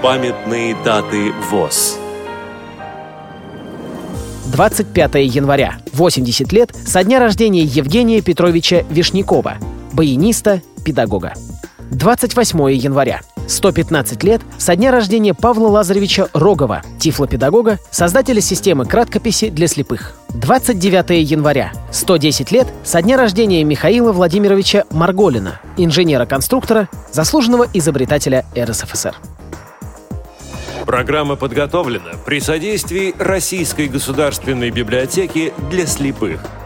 Памятные даты ВОС. 25 января. 80 лет со дня рождения Евгения Петровича Вишнякова, баяниста, педагога. 28 января. 115 лет со дня рождения Павла Лазаревича Рогова, тифлопедагога, создателя системы краткописи для слепых. 29 января. 110 лет со дня рождения Михаила Владимировича Марголина, инженера-конструктора, заслуженного изобретателя РСФСР. Программа подготовлена при содействии Российской государственной библиотеки для слепых.